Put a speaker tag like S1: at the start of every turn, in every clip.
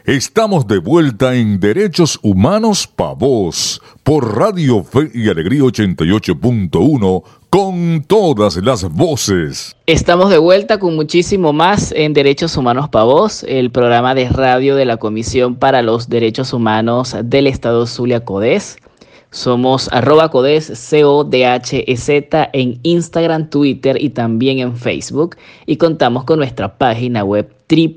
S1: Estamos de vuelta en Derechos Humanos Pa' Vos, por Radio Fe y Alegría 88.1, con todas las voces.
S2: Estamos de vuelta con muchísimo más en Derechos Humanos Pa' Vos, el programa de radio de la Comisión para los Derechos Humanos del Estado Zulia CODES. Somos @CODES, CODHEZ en Instagram, Twitter y también en Facebook. Y contamos con nuestra página web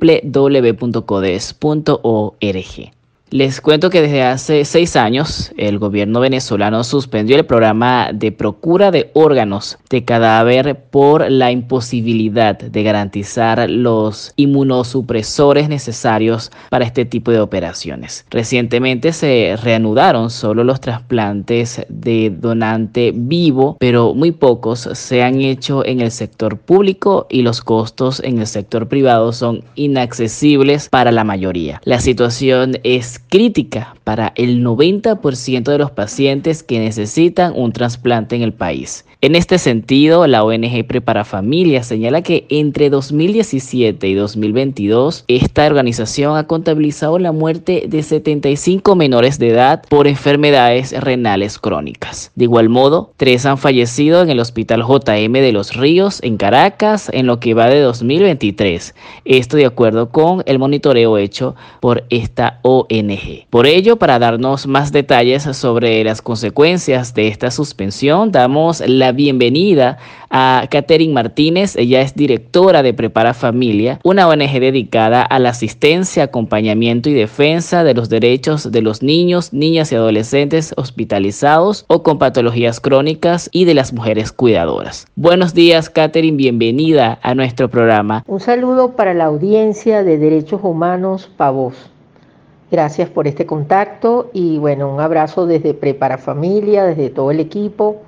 S2: www.codes.org. Les cuento que desde hace 6 años el gobierno venezolano suspendió el programa de procura de órganos de cadáver por la imposibilidad de garantizar los inmunosupresores necesarios para este tipo de operaciones. Recientemente se reanudaron solo los trasplantes de donante vivo, pero muy pocos se han hecho en el sector público y los costos en el sector privado son inaccesibles para la mayoría. La situación es crítica para el 90% de los pacientes que necesitan un trasplante en el país. En este sentido, la ONG Prepara Familia señala que entre 2017 y 2022, esta organización ha contabilizado la muerte de 75 menores de edad por enfermedades renales crónicas. De igual modo, 3 han fallecido en el Hospital JM de Los Ríos, en Caracas, en lo que va de 2023. Esto de acuerdo con el monitoreo hecho por esta ONG. Por ello, para darnos más detalles sobre las consecuencias de esta suspensión, damos la bienvenida a Catherine Martínez. Ella es directora de Prepara Familia, una ONG dedicada a la asistencia, acompañamiento y defensa de los derechos de los niños, niñas y adolescentes hospitalizados o con patologías crónicas y de las mujeres cuidadoras. Buenos días, Catherine, bienvenida a nuestro programa.
S3: Un saludo para la audiencia de Derechos Humanos Pa' Vos. Gracias por este contacto y bueno, un abrazo desde Prepara Familia, desde todo el equipo,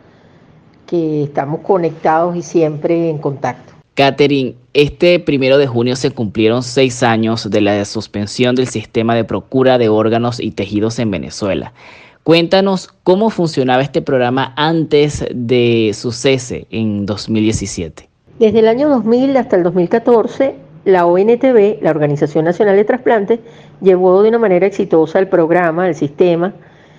S3: que estamos conectados y siempre en contacto.
S2: Catherine, este 1 de junio se cumplieron 6 años de la suspensión del sistema de procura de órganos y tejidos en Venezuela. Cuéntanos cómo funcionaba este programa antes de su cese en 2017.
S3: Desde el año 2000 hasta el 2014, la ONTV, la Organización Nacional de Trasplantes, llevó de una manera exitosa el programa, el sistema,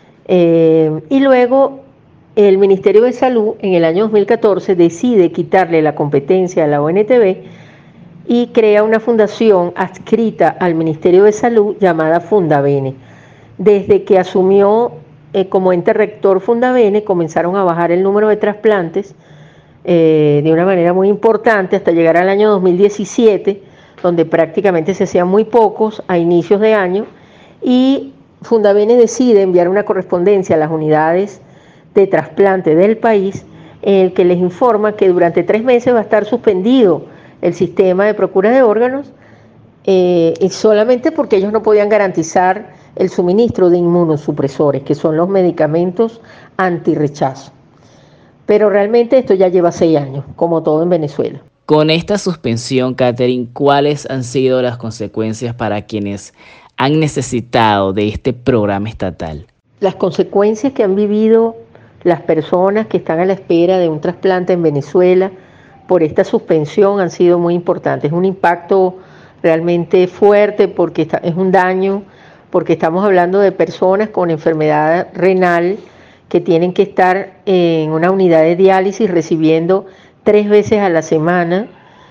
S3: y luego el Ministerio de Salud en el año 2014 decide quitarle la competencia a la ONTV y crea una fundación adscrita al Ministerio de Salud llamada Fundavene. Desde que asumió como ente rector Fundavene, comenzaron a bajar el número de trasplantes de una manera muy importante hasta llegar al año 2017, donde prácticamente se hacían muy pocos a inicios de año, y Fundavene decide enviar una correspondencia a las unidades de trasplante del país en el que les informa que durante 3 meses va a estar suspendido el sistema de procura de órganos y solamente porque ellos no podían garantizar el suministro de inmunosupresores, que son los medicamentos antirrechazo. Pero realmente esto ya lleva 6 años, como todo en Venezuela.
S2: Con esta suspensión, Catherine, ¿cuáles han sido las consecuencias para quienes han necesitado de este programa estatal?
S3: Las consecuencias que han vivido las personas que están a la espera de un trasplante en Venezuela por esta suspensión han sido muy importantes. Es un impacto realmente fuerte porque es un daño, porque estamos hablando de personas con enfermedad renal que tienen que estar en una unidad de diálisis recibiendo 3 veces a la semana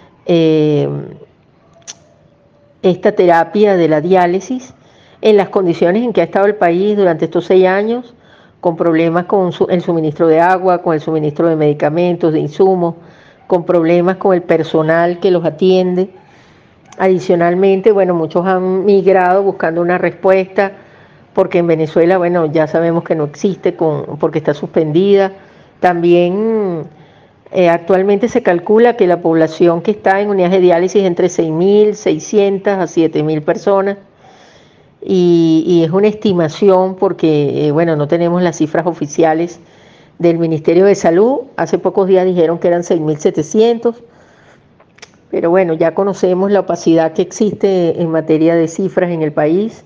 S3: esta terapia de la diálisis en las condiciones en que ha estado el país durante estos 6 años, con problemas con el suministro de agua, con el suministro de medicamentos, de insumos, con problemas con el personal que los atiende. Adicionalmente, bueno, muchos han migrado buscando una respuesta, porque en Venezuela, bueno, ya sabemos que no existe porque está suspendida. También actualmente se calcula que la población que está en unidades de diálisis es entre 6.600 a 7.000 personas. Y es una estimación porque, bueno, no tenemos las cifras oficiales del Ministerio de Salud. Hace pocos días dijeron que eran 6.700, pero bueno, ya conocemos la opacidad que existe en materia de cifras en el país.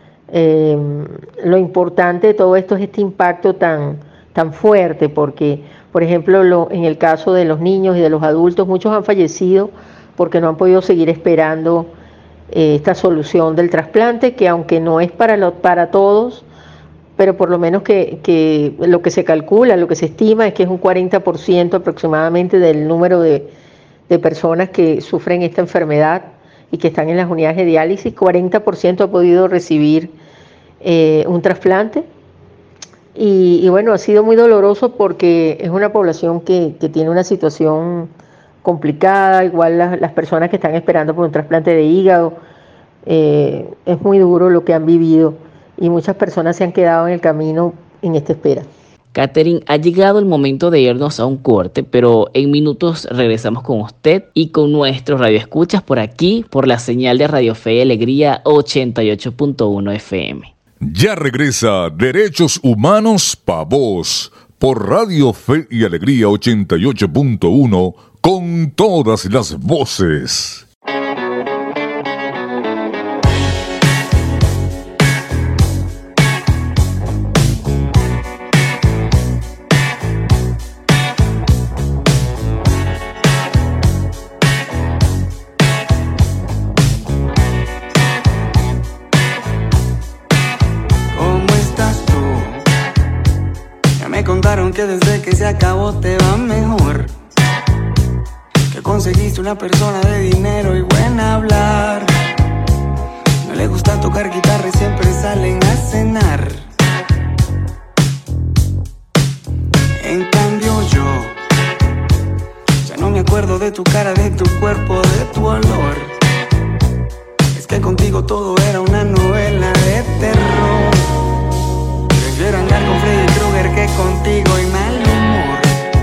S3: Lo importante de todo esto es este impacto tan fuerte, porque, por ejemplo, en el caso de los niños y de los adultos, muchos han fallecido porque no han podido seguir esperando esta solución del trasplante, que aunque no es para todos, pero por lo menos que lo que se calcula, lo que se estima es que es un 40% aproximadamente del número de personas que sufren esta enfermedad y que están en las unidades de diálisis. 40% ha podido recibir un trasplante. Y bueno, ha sido muy doloroso porque es una población que tiene una situación complicada, igual las personas que están esperando por un trasplante de hígado, es muy duro lo que han vivido y muchas personas se han quedado en el camino en esta espera.
S2: Katherine, ha llegado el momento de irnos a un corte, pero en minutos regresamos con usted y con nuestros radioescuchas por aquí, por la señal de Radio Fe y Alegría 88.1 FM.
S1: Ya regresa Derechos Humanos Pa' Vos por Radio Fe y Alegría 88.1 con todas las voces.
S4: Que desde que se acabó te va mejor, que conseguiste una persona de dinero y buena hablar, no le gusta tocar guitarra y siempre salen a cenar. En cambio yo ya no me acuerdo de tu cara, de tu cuerpo, de tu olor. Es que contigo todo era una novela de terror. Prefiero andar con Freddy Krueger que contigo y mal humor.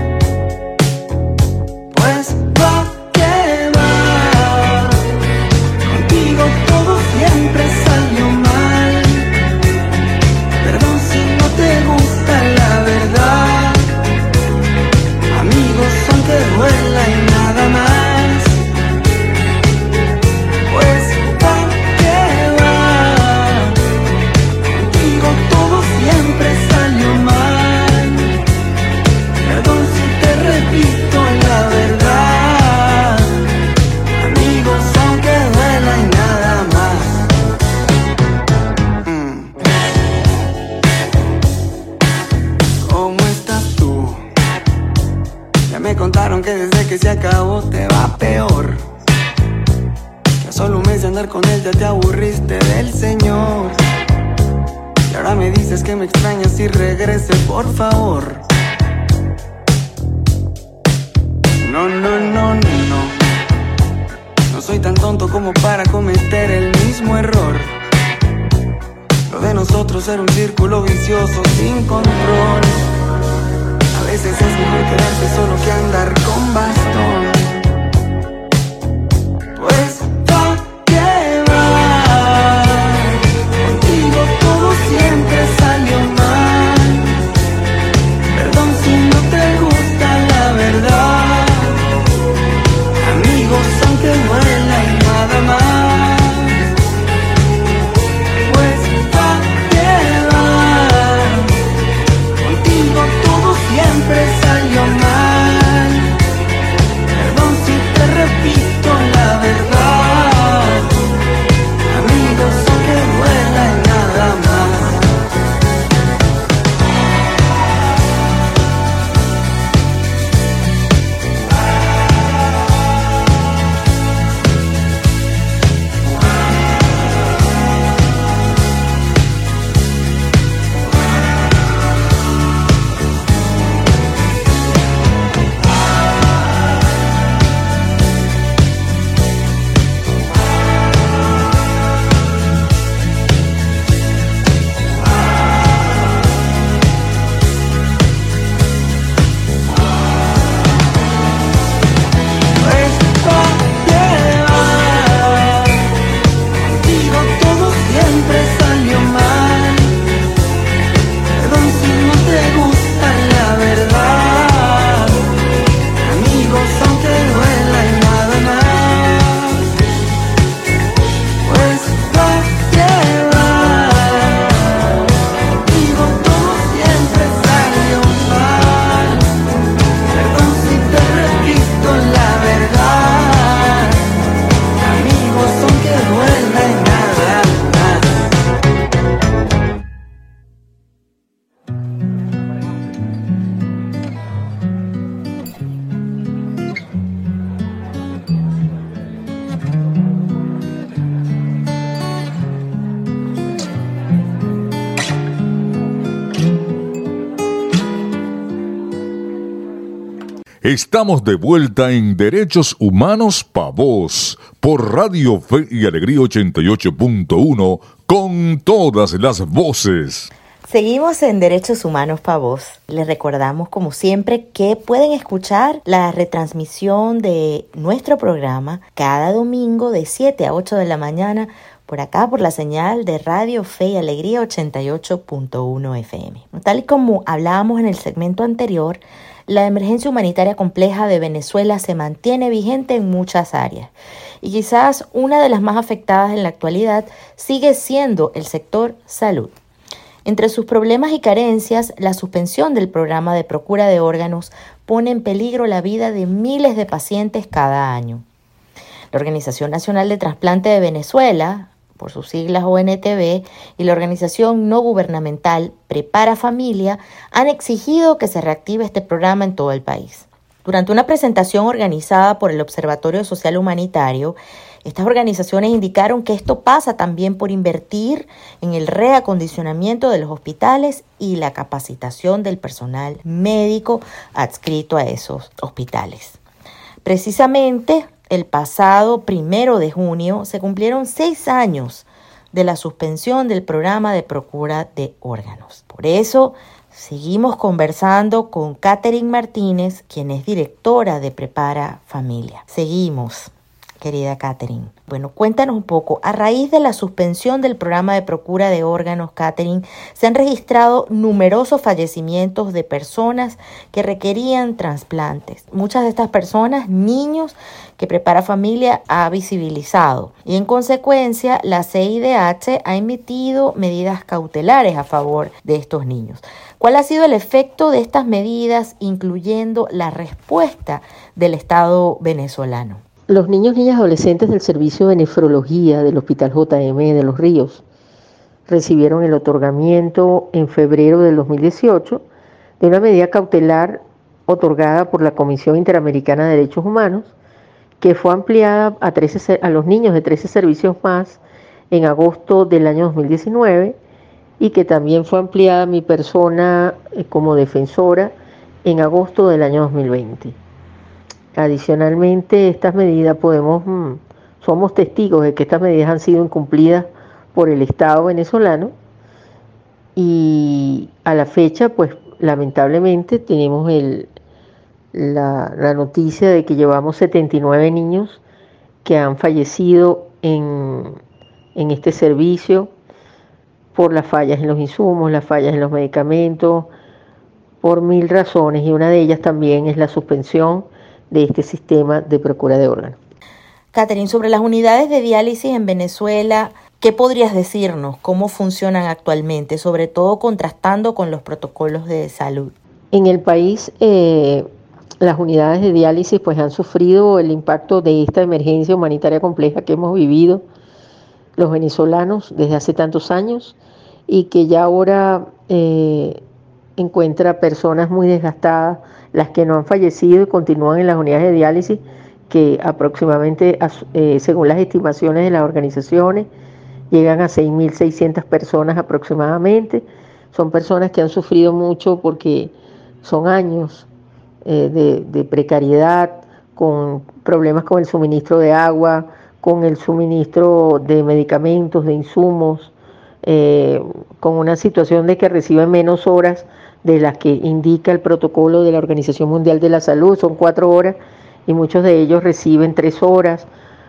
S4: Pues va que va, contigo todo siempre salió mal. Perdón si no te gusta la verdad. Amigos son que duela y nada más. Pues va que va, contigo todo siempre salió mal. Perdón si te repito la verdad. Amigos, aunque duela y nada más. ¿Cómo estás tú? Ya me contaron que desde que se acabó te va peor. Que solo un mes de andar con él ya te aburriste del Señor. Y ahora me dices que me extrañas y regrese, por favor. No, no, no, no. No soy tan tonto como para cometer el mismo error. Lo de nosotros era un círculo vicioso sin control. A veces es mejor quedarse solo que andar con bastón. Pues va que va, contigo todo siempre salió mal. Perdón si no te gusta la verdad. Amigos, aunque duela y nada más. Pues va que va, contigo todo siempre salió mal.
S1: Estamos de vuelta en Derechos Humanos Pa' Vos, por Radio Fe y Alegría 88.1, con todas las voces.
S5: Seguimos en Derechos Humanos Pa' Vos. Les recordamos, como siempre, que pueden escuchar la retransmisión de nuestro programa cada domingo de 7 a 8 de la mañana por acá, por la señal de Radio Fe y Alegría 88.1 FM. Tal y como hablábamos en el segmento anterior, la emergencia humanitaria compleja de Venezuela se mantiene vigente en muchas áreas y quizás una de las más afectadas en la actualidad sigue siendo el sector salud. Entre sus problemas y carencias, la suspensión del programa de procura de órganos pone en peligro la vida de miles de pacientes cada año. La Organización Nacional de Trasplante de Venezuela, por sus siglas ONTV, y la organización no gubernamental Prepara Familia han exigido que se reactive este programa en todo el país. Durante una presentación organizada por el Observatorio Social Humanitario, estas organizaciones indicaron que esto pasa también por invertir en el reacondicionamiento de los hospitales y la capacitación del personal médico adscrito a esos hospitales. Precisamente, el pasado 1 de junio se cumplieron 6 años de la suspensión del programa de procura de órganos. Por eso, seguimos conversando con Catherine Martínez, quien es directora de Prepara Familia. Seguimos, querida Catherine. Bueno, cuéntanos un poco. A raíz de la suspensión del programa de procura de órganos, Catherine, se han registrado numerosos fallecimientos de personas que requerían trasplantes. Muchas de estas personas, niños que Prepara Familia ha visibilizado. Y en consecuencia, la CIDH ha emitido medidas cautelares a favor de estos niños. ¿Cuál ha sido el efecto de estas medidas, incluyendo la respuesta del Estado venezolano?
S3: Los niños, niñas y adolescentes del Servicio de Nefrología del Hospital JM de Los Ríos recibieron el otorgamiento en febrero del 2018 de una medida cautelar otorgada por la Comisión Interamericana de Derechos Humanos, que fue ampliada a los niños de 13 servicios más en agosto del año 2019 y que también fue ampliada a mi persona como defensora en agosto del año 2020. Adicionalmente, estas medidas somos testigos de que estas medidas han sido incumplidas por el Estado venezolano y a la fecha, pues lamentablemente tenemos la noticia de que llevamos 79 niños que han fallecido en este servicio por las fallas en los insumos, las fallas en los medicamentos, por 1000 razones, y una de ellas también es la suspensión de este sistema de procura de órganos.
S5: Catherine, sobre las unidades de diálisis en Venezuela, ¿qué podrías decirnos? ¿Cómo funcionan actualmente? Sobre todo contrastando con los protocolos de salud.
S3: En el país, las unidades de diálisis pues han sufrido el impacto de esta emergencia humanitaria compleja que hemos vivido los venezolanos desde hace tantos años y que ya ahora encuentra personas muy desgastadas, las que no han fallecido y continúan en las unidades de diálisis, que aproximadamente, según las estimaciones de las organizaciones, llegan a 6.600 personas aproximadamente. Son personas que han sufrido mucho porque son años de precariedad, con problemas con el suministro de agua, con el suministro de medicamentos, de insumos, con una situación de que reciben menos horas de las que indica el protocolo de la Organización Mundial de la Salud. Son 4 horas y muchos de ellos reciben 3 horas,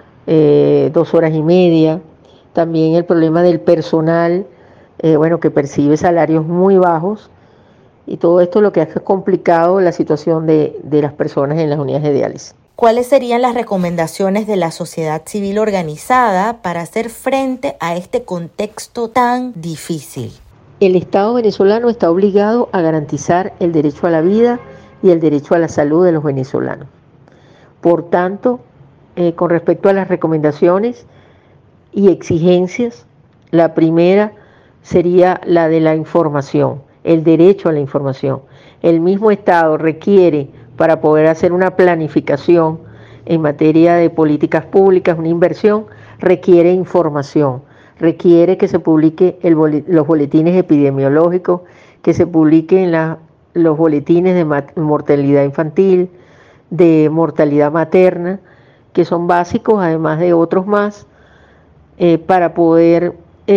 S3: 2 horas y media. También el problema del personal, que percibe salarios muy bajos, y todo esto lo que ha complicado la situación de las personas en las unidades de diálisis.
S5: ¿Cuáles serían las recomendaciones de la sociedad civil organizada para hacer frente a este contexto tan difícil?
S3: El Estado venezolano está obligado a garantizar el derecho a la vida y el derecho a la salud de los venezolanos. Por tanto, con respecto a las recomendaciones y exigencias, la primera sería la de la información, el derecho a la información. El mismo Estado requiere, para poder hacer una planificación en materia de políticas públicas, una inversión, requiere información, requiere que se publique los boletines epidemiológicos, que se publiquen los boletines de mortalidad infantil, de mortalidad materna, que son básicos, además de otros más, para poder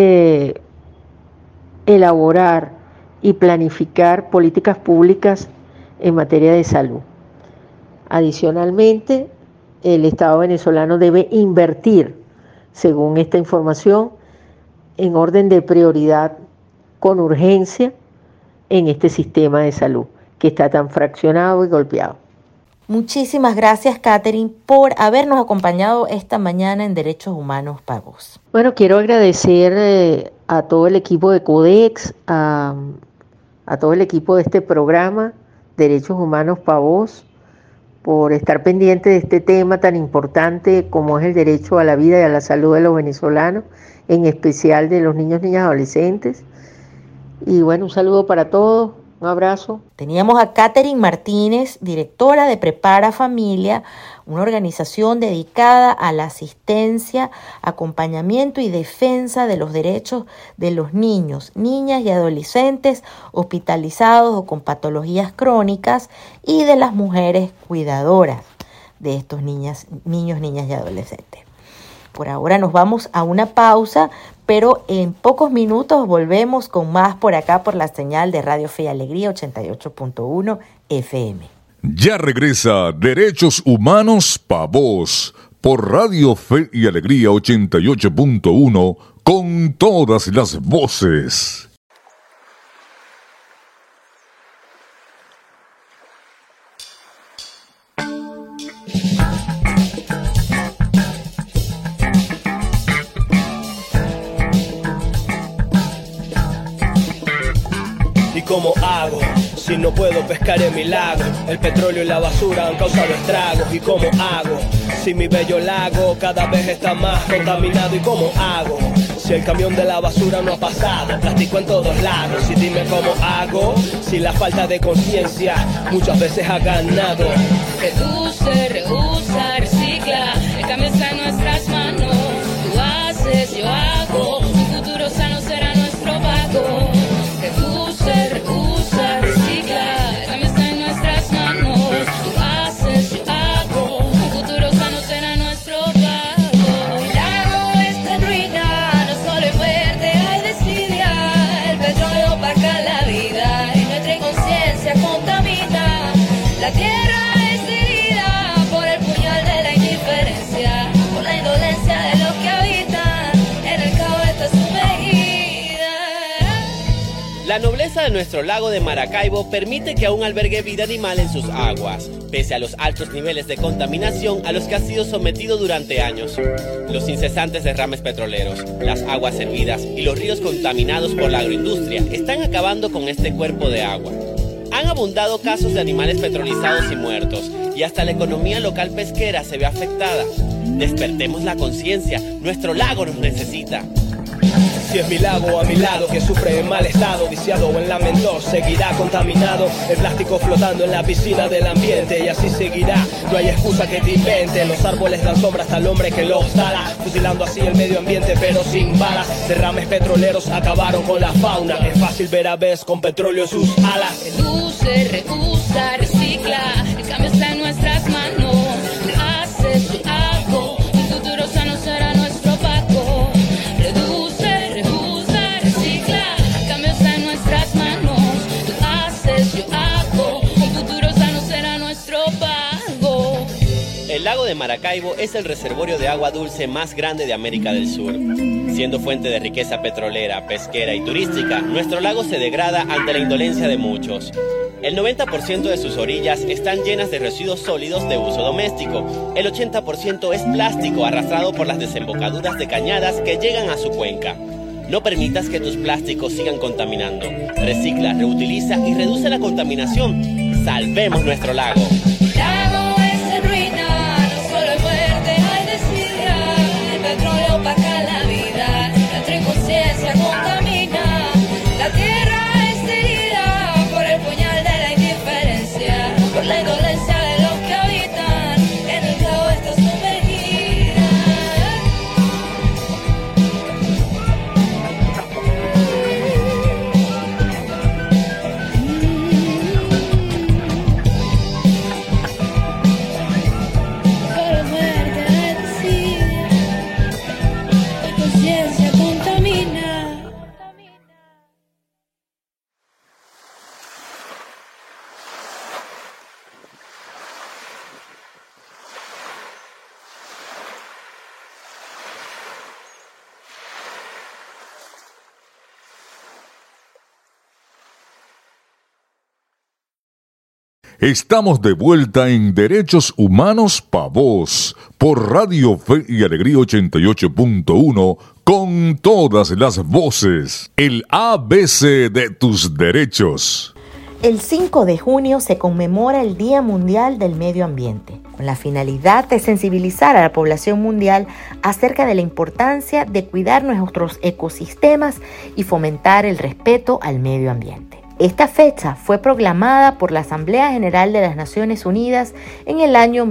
S3: elaborar y planificar políticas públicas en materia de salud. Adicionalmente, el Estado venezolano debe invertir, según esta información, en orden de prioridad con urgencia en este sistema de salud que está tan fraccionado y golpeado.
S5: Muchísimas gracias, Catherine, por habernos acompañado esta mañana en Derechos Humanos Pavos.
S3: Bueno, quiero agradecer a todo el equipo de Codex, a todo el equipo de este programa, Derechos Humanos Pavos, por estar pendiente de este tema tan importante como es el derecho a la vida y a la salud de los venezolanos, en especial de los niños, niñas y adolescentes. Y bueno, un saludo para todos. Un abrazo.
S5: Teníamos a Catherine Martínez, directora de Prepara Familia, una organización dedicada a la asistencia, acompañamiento y defensa de los derechos de los niños, niñas y adolescentes hospitalizados o con patologías crónicas y de las mujeres cuidadoras de estos niños, niñas y adolescentes. Por ahora nos vamos a una pausa, pero en pocos minutos volvemos con más por acá por la señal de Radio Fe y Alegría 88.1 FM.
S1: Ya regresa Derechos Humanos Pavos por Radio Fe y Alegría 88.1 con todas las voces.
S6: ¿Cómo hago si no puedo pescar en mi lago? El petróleo y la basura han causado estragos. ¿Y cómo hago si mi bello lago cada vez está más contaminado? ¿Y cómo hago si el camión de la basura no ha pasado? Plástico en todos lados. Y dime cómo hago si la falta de conciencia muchas veces ha ganado.
S7: Reduce, reusa, recicla. El cambio está en nuestras manos. Tú haces, yo hago. Un futuro sano será nuestro pago. Reusa, recicla, el cambio está en nuestras manos. Tú haces, yo hago, un futuro sano será nuestro pago. El lago está en ruina, no solo en muerte hay desidia. El petróleo opaca la vida y nuestra inconsciencia contamina. La tierra es herida por el puñal de la indiferencia, por la indolencia de los que habitan en el caos está sumergida.
S8: La nobleza de nuestro lago de Maracaibo permite que aún albergue vida animal en sus aguas, pese a los altos niveles de contaminación a los que ha sido sometido durante años. Los incesantes derrames petroleros, las aguas hervidas y los ríos contaminados por la agroindustria están acabando con este cuerpo de agua. Han abundado casos de animales petrolizados y muertos, y hasta la economía local pesquera se ve afectada. Despertemos la conciencia, nuestro lago nos necesita.
S6: Si es mi lago a mi lado que sufre en mal estado, viciado o en lamento, seguirá contaminado. El plástico flotando en la piscina del ambiente y así seguirá, no hay excusa que te invente. Los árboles dan sombra hasta el hombre que los tala, fusilando así el medio ambiente pero sin balas. Derrames petroleros acabaron con la fauna, es fácil ver aves con petróleo en sus alas.
S7: Reduce, reusa, recicla, el cambio está en nuestras manos. Tú haces, yo hago, un futuro sano será nuestro pago. Reduce, reusa, recicla, el cambio está en nuestras manos. Tú haces, yo hago, un futuro sano será nuestro pago.
S8: El lago de Maracaibo es el reservorio de agua dulce más grande de América del Sur. Siendo fuente de riqueza petrolera, pesquera y turística, nuestro lago se degrada ante la indolencia de muchos. El 90% de sus orillas están llenas de residuos sólidos de uso doméstico. El 80% es plástico arrastrado por las desembocaduras de cañadas que llegan a su cuenca. No permitas que tus plásticos sigan contaminando. Recicla, reutiliza y reduce la contaminación. Salvemos nuestro lago.
S7: Lago es en ruina, no solo en muerte hay desidia. El petróleo opaca la vida, nuestra inconsciencia contamina. La tierra es herida por el puñal de la indiferencia, por la indolencia de los que habitan en el caos está sumergida.
S1: Estamos de vuelta en Derechos Humanos Pa' Vos, por Radio Fe y Alegría 88.1, con todas las voces. El ABC de tus derechos.
S5: El 5 de junio se conmemora el Día Mundial del Medio Ambiente, con la finalidad de sensibilizar a la población mundial acerca de la importancia de cuidar nuestros ecosistemas y fomentar el respeto al medio ambiente. Esta fecha fue proclamada por la Asamblea General de las Naciones Unidas en el año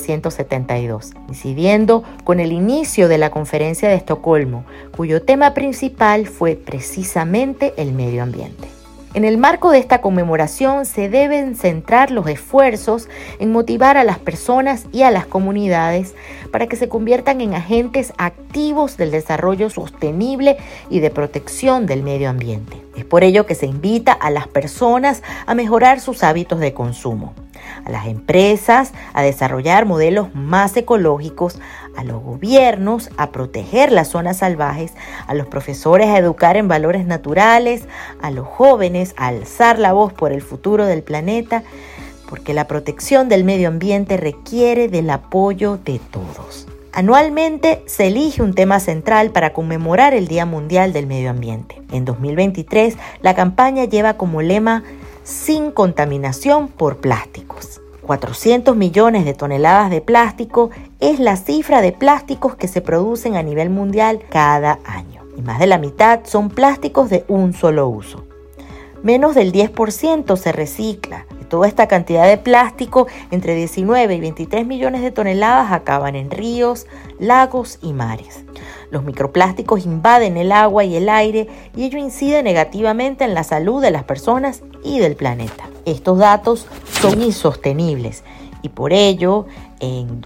S5: 1972, coincidiendo con el inicio de la Conferencia de Estocolmo, cuyo tema principal fue precisamente el medio ambiente. En el marco de esta conmemoración se deben centrar los esfuerzos en motivar a las personas y a las comunidades para que se conviertan en agentes activos del desarrollo sostenible y de protección del medio ambiente. Es por ello que se invita a las personas a mejorar sus hábitos de consumo, a las empresas a desarrollar modelos más ecológicos, a los gobiernos a proteger las zonas salvajes, a los profesores a educar en valores naturales, a los jóvenes a alzar la voz por el futuro del planeta, porque la protección del medio ambiente requiere del apoyo de todos. Anualmente se elige un tema central para conmemorar el Día Mundial del Medio Ambiente. En 2023, la campaña lleva como lema "Sin contaminación por plásticos". 400 millones de toneladas de plástico es la cifra de plásticos que se producen a nivel mundial cada año. Y más de la mitad son plásticos de un solo uso. Menos del 10% se recicla. De toda esta cantidad de plástico, entre 19 y 23 millones de toneladas acaban en ríos, lagos y mares. Los microplásticos invaden el agua y el aire y ello incide negativamente en la salud de las personas y del planeta. Estos datos son insostenibles y por ello, en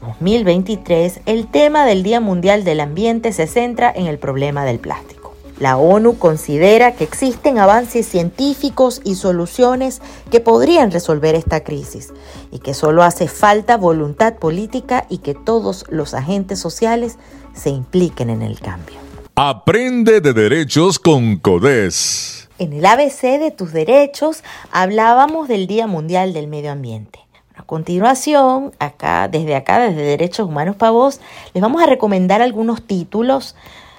S5: 2023, el tema del Día Mundial del Ambiente se centra en el problema del plástico. La ONU considera que existen avances científicos y soluciones que podrían resolver esta crisis y que solo hace falta voluntad política y que todos los agentes sociales se impliquen en el cambio.
S1: Aprende de derechos con CODES.
S5: En el ABC de tus derechos hablábamos del Día Mundial del Medio Ambiente. A continuación, desde Derechos Humanos Pa' Vos, les vamos a recomendar algunos títulos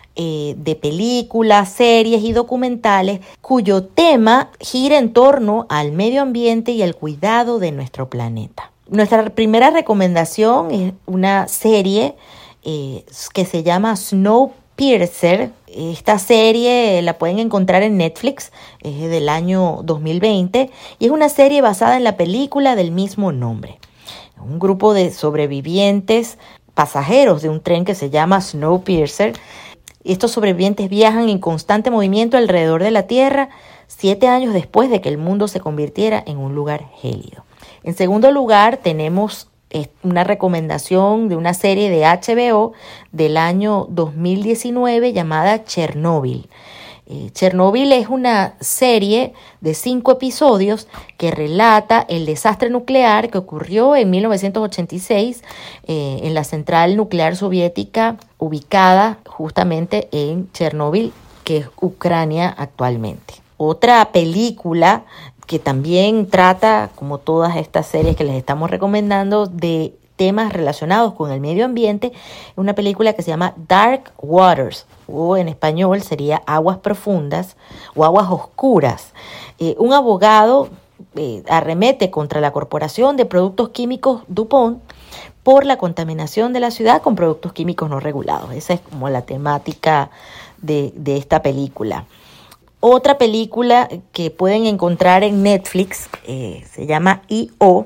S5: de películas, series y documentales cuyo tema gira en torno al medio ambiente y al cuidado de nuestro planeta. Nuestra primera recomendación es una serie que se llama Snowpiercer. Esta serie la pueden encontrar en Netflix, es del año 2020 y es una serie basada en la película del mismo nombre. Un grupo de sobrevivientes, pasajeros de un tren que se llama Snowpiercer. Estos sobrevivientes viajan en constante movimiento alrededor de la Tierra 7 años después de que el mundo se convirtiera en un lugar gélido. En segundo lugar, tenemos una recomendación de una serie de HBO del año 2019 llamada Chernobyl. Chernobyl es una serie de 5 episodios que relata el desastre nuclear que ocurrió en 1986 en la central nuclear soviética ubicada justamente en Chernobyl, que es Ucrania actualmente. Otra película que también trata, como todas estas series que les estamos recomendando, de temas relacionados con el medio ambiente, es una película que se llama Dark Waters, o en español sería Aguas Profundas o Aguas Oscuras. Un abogado arremete contra la Corporación de Productos Químicos DuPont por la contaminación de la ciudad con productos químicos no regulados. Esa es como la temática de esta película. Otra película que pueden encontrar en Netflix se llama I.O.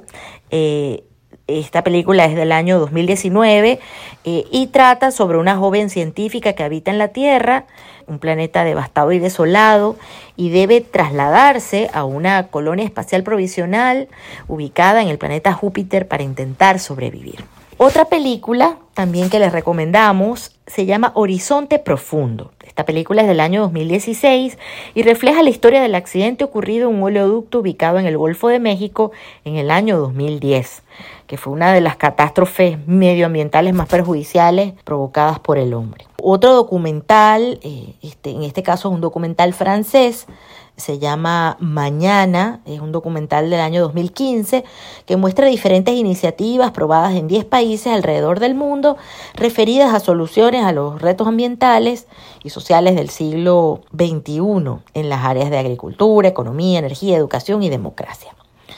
S5: Esta película es del año 2019 y trata sobre una joven científica que habita en la Tierra, un planeta devastado y desolado, y debe trasladarse a una colonia espacial provisional ubicada en el planeta Júpiter para intentar sobrevivir. Otra película también que les recomendamos se llama Horizonte Profundo. Esta película es del año 2016 y refleja la historia del accidente ocurrido en un oleoducto ubicado en el Golfo de México en el año 2010, que fue una de las catástrofes medioambientales más perjudiciales provocadas por el hombre. Otro documental, en este caso es un documental francés, se llama Mañana, es un documental del año 2015 que muestra diferentes iniciativas probadas en 10 países alrededor del mundo referidas a soluciones a los retos ambientales y sociales del siglo XXI en las áreas de agricultura, economía, energía, educación y democracia.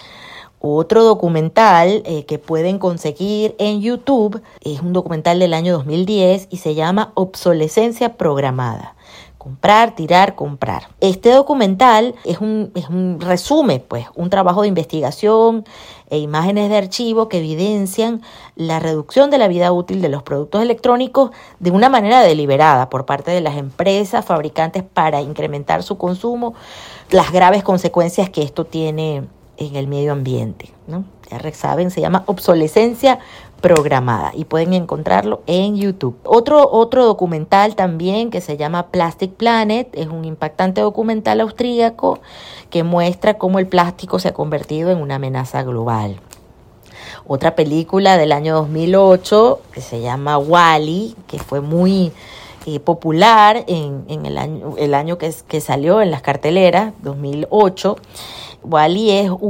S5: Otro documental que pueden conseguir en YouTube es un documental del año 2010 y se llama Obsolescencia Programada. Comprar, tirar, comprar. Este documental es un resumen, pues, un trabajo de investigación e imágenes de archivo que evidencian la reducción de la vida útil de los productos electrónicos de una manera deliberada por parte de las empresas fabricantes para incrementar su consumo, las graves consecuencias que esto tiene en el medio ambiente, ¿no? Ya saben, se llama Obsolescencia Programada y pueden encontrarlo en YouTube. Otro documental también que se llama Plastic Planet es un impactante documental austríaco que muestra cómo el plástico se ha convertido en una amenaza global. Otra película del año 2008 que se llama WALL-E, que fue muy popular en el año que salió en las carteleras, 2008. WALL-E es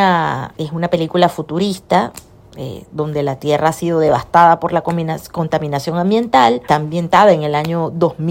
S5: una película futurista donde la Tierra ha sido devastada por la contaminación ambiental. Está ambientada en el año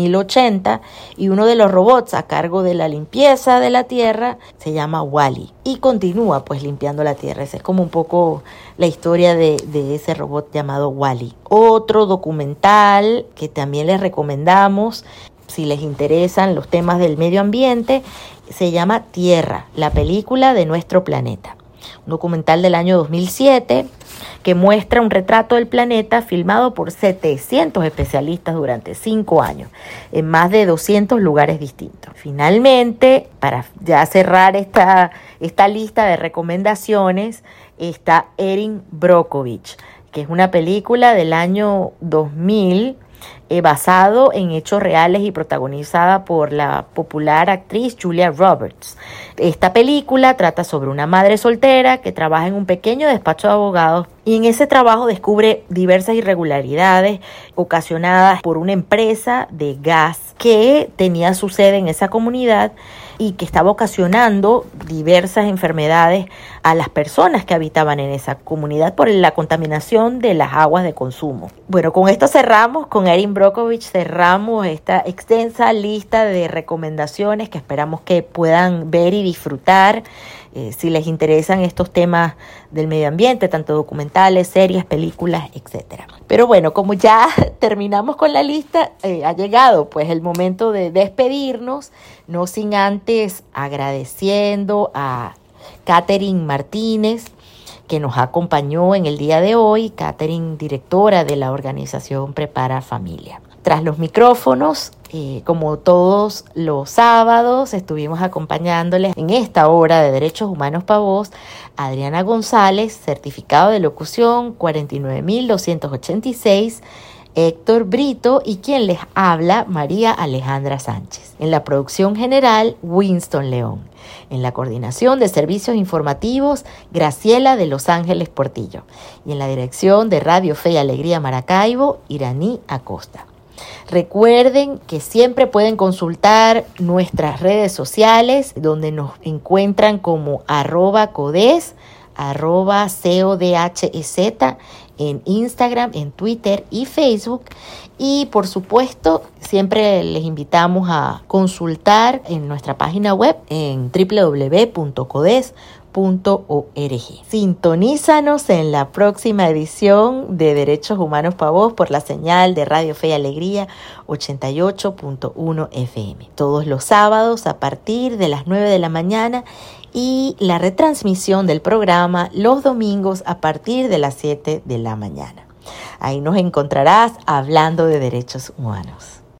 S5: 2080 y uno de los robots a cargo de la limpieza de la Tierra se llama WALL-E y continúa pues limpiando la Tierra. Esa es como un poco la historia de ese robot llamado WALL-E. Otro documental que también les recomendamos si les interesan los temas del medio ambiente se llama Tierra, la película de nuestro planeta. Un documental del año 2007 que muestra un retrato del planeta filmado por 700 especialistas durante 5 años en más de 200 lugares distintos. Finalmente, para ya cerrar esta lista de recomendaciones, está Erin Brockovich, que es una película del año 2000 basado en hechos reales y protagonizada por la popular actriz Julia Roberts. Esta película trata sobre una madre soltera que trabaja en un pequeño despacho de abogados y en ese trabajo descubre diversas irregularidades ocasionadas por una empresa de gas que tenía su sede en esa comunidad y que estaba ocasionando diversas enfermedades a las personas que habitaban en esa comunidad por la contaminación de las aguas de consumo. Bueno, con esto cerramos, con Erin Brockovich cerramos esta extensa lista de recomendaciones que esperamos que puedan ver y disfrutar si les interesan estos temas del medio ambiente, tanto documentales, series, películas, etcétera. Pero bueno, como ya terminamos con la lista, ha llegado pues el momento de despedirnos, no sin antes agradeciendo a Catherine Martínez, que nos acompañó en el día de hoy. Catherine, directora de la organización Prepara Familia. Tras los micrófonos, como todos los sábados, estuvimos acompañándoles en esta hora de Derechos Humanos para Vos, Adriana González, certificado de locución 49.286, Héctor Brito y quien les habla, María Alejandra Sánchez. En la producción general, Winston León. En la coordinación de servicios informativos, Graciela de Los Ángeles Portillo. Y en la dirección de Radio Fe y Alegría Maracaibo, Iraní Acosta. Recuerden que siempre pueden consultar nuestras redes sociales, donde nos encuentran como @codes, @codhz, en Instagram, en Twitter y Facebook. Y por supuesto, siempre les invitamos a consultar en nuestra página web en www.codes.org. Sintonízanos en la próxima edición de Derechos Humanos para Vos por la señal de Radio Fe y Alegría 88.1 FM. Todos los sábados a partir de las 9 de la mañana y la retransmisión del programa los domingos a partir de las 7 de la mañana. Ahí nos encontrarás hablando de derechos humanos.